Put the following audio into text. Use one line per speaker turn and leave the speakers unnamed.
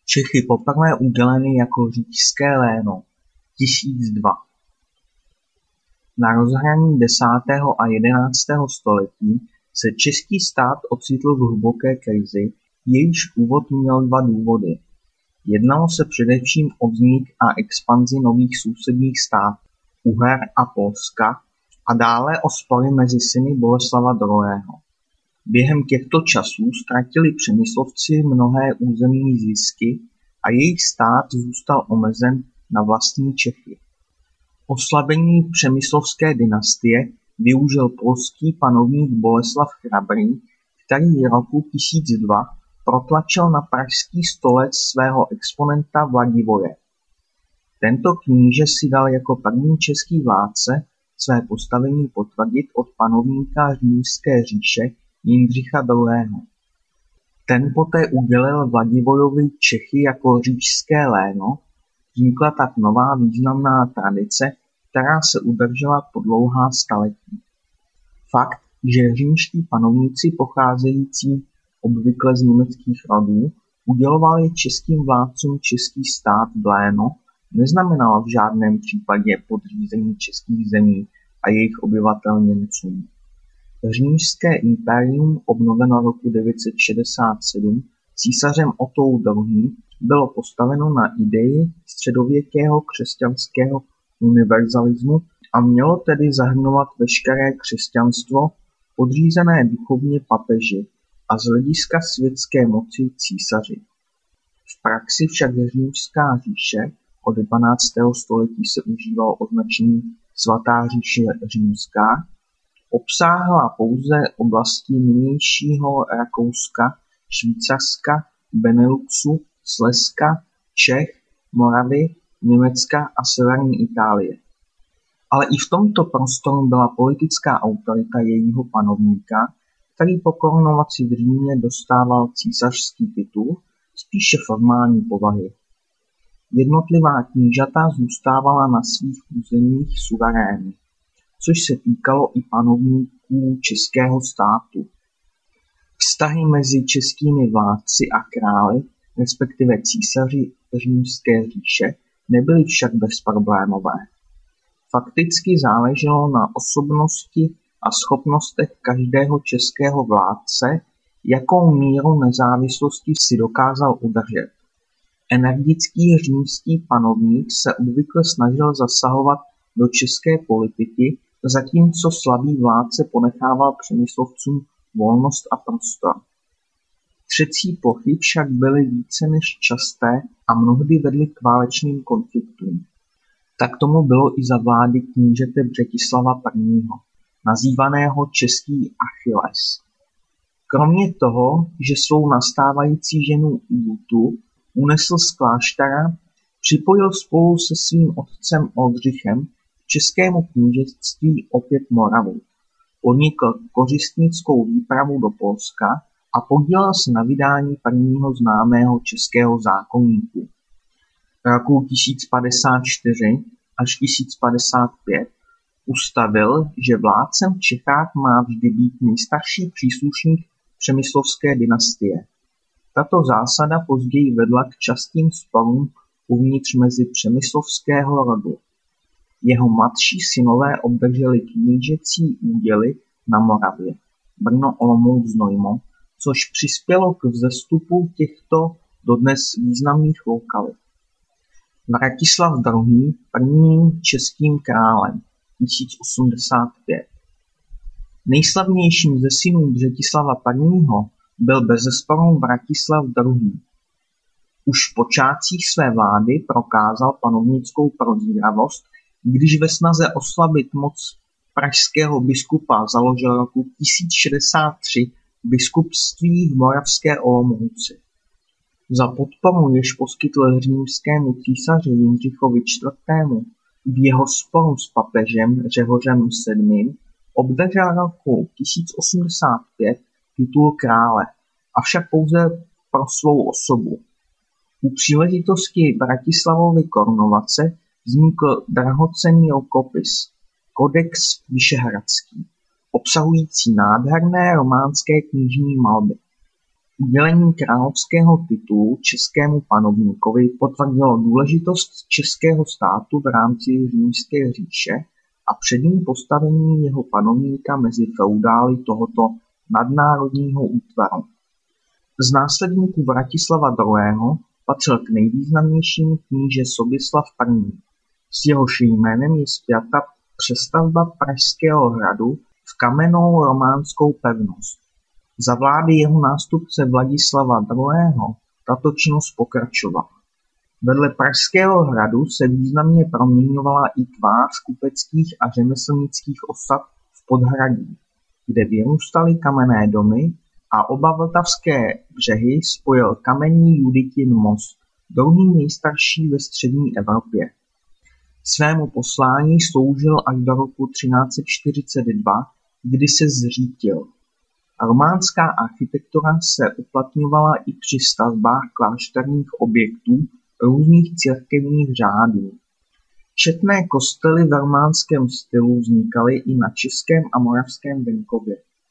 Čechy poprvé uděleny jako říšské léno 1002. Na rozhraní 10. a 11. století se český stát ocitl v hluboké krizi, jejíž původ měl dva důvody. Jednalo se především o vznik a expanzi nových sousedních států, Uher a Polska, a dále o spory mezi syny Boleslava II. Během těchto časů ztratili Přemyslovci mnohé územní zisky a jejich stát zůstal omezen na vlastní Čechy. Oslabení přemyslovské dynastie využil polský panovník Boleslav Chrabrý, který roku 1002 protlačil na pražský stolec svého exponenta Vladivoje. Tento kníže si dal jako první český vládce své postavení potvrdit od panovníka Římské říše Jindřicha II. Ten poté udělil Vladivojovi Čechy jako říšské léno, vznikla tak nová významná tradice, která se udržela po dlouhá staletí. Fakt, že římští panovníci pocházející obvykle z německých rodů udělovali českým vládcům český stát v léno, neznamenalo v žádném případě podřízení českých zemí a jejich obyvatel Němcům. Římské impérium, obnoveno roku 967 císařem Otou II., bylo postaveno na ideji středověkého křesťanského univerzalismu a mělo tedy zahrnovat veškeré křesťanstvo podřízené duchovně papeži a z hlediska světské moci císaři. V praxi však Římská říše od 12. století se užívalo označení Svatá říše římská, obsáhla pouze oblasti nynějšího Rakouska, Švýcarska, Beneluxu, Slezska, Čech, Moravy, Německa a severní Itálie. Ale i v tomto prostoru byla politická autorita jejího panovníka, který po korunovaci v Římě dostával císařský titul, spíše formální povahy. Jednotlivá knížata zůstávala na svých územích suverény, což se týkalo i panovníků českého státu. Vztahy mezi českými vládci a králi, respektive císaři Římské říše, nebyly však bezproblémové. Fakticky záleželo na osobnosti a schopnostech každého českého vládce, jakou míru nezávislosti si dokázal udržet. Energický římský panovník se obvykle snažil zasahovat do české politiky, zatímco slabý vládce ponechával Přemyslovcům volnost a prostor. Třecí plochy však byly více než časté a mnohdy vedly k válečným konfliktům. Tak tomu bylo i za vlády knížete Břetislava I., nazývaného český Achilles. Kromě toho, že svou nastávající ženu Jútu unesl z kláštera, připojil spolu se svým otcem Oldřichem k českému knížectví opět Moravu. Podnikl kořistnickou výpravu do Polska a podílel se na vydání prvního známého českého zákoníku. Roku 1054 až 1055 ustavil, že vládcem v Čechách má vždy být nejstarší příslušník přemyslovské dynastie. Tato zásada později vedla k častým sporům uvnitř mezi přemyslovského rodu. Jeho mladší synové obdrželi knížecí úděly na Moravě, Brno, Olomouc, Znojmo, což přispělo k vzestupu těchto dodnes významných lokalit. Vratislav II. Prvním českým králem 1085. Nejslavnějším ze synů Břetislava I. Byl bezesporu Vratislav II. Už v počátcích své vlády prokázal panovnickou prozíravost, když ve snaze oslabit moc pražského biskupa založil roku 1063 biskupství v moravské Olomouci. Za podporu, jež poskytl římskému císaři Jindřichovi IV. V jeho sporu s papežem Řehořem VII. Obdržel roku 1085 titul krále, avšak pouze pro svou osobu. U příležitosti Bratislavovy korunovace vznikl drahocenný rukopis Kodex Vyšehradský, obsahující nádherné románské knižní malby. Udělení královského titulu českému panovníkovi potvrdilo důležitost českého státu v rámci Římské říše a přední postavení jeho panovníka mezi feudály tohoto nadnárodního útvaru. Z následníků Vratislava II. Patřil k nejvýznamnějším kníže Sobislav I. S jehož jménem je spjata přestavba Pražského hradu v kamennou románskou pevnost. Za vlády jeho nástupce Vladislava II. Tato činnost pokračovala. Vedle Pražského hradu se významně proměňovala i tvář kupeckých a řemeslnických osad v Podhradí, kde vyrůstaly kamenné domy a oba vltavské břehy spojil kamenný Juditin most, druhý nejstarší ve střední Evropě. Svému poslání sloužil až do roku 1342, kdy se zřítil. Románská architektura se uplatňovala i při stavbách klášterních objektů různých církevních řádů. Četné kostely v románském stylu vznikaly i na českém a moravském venkově.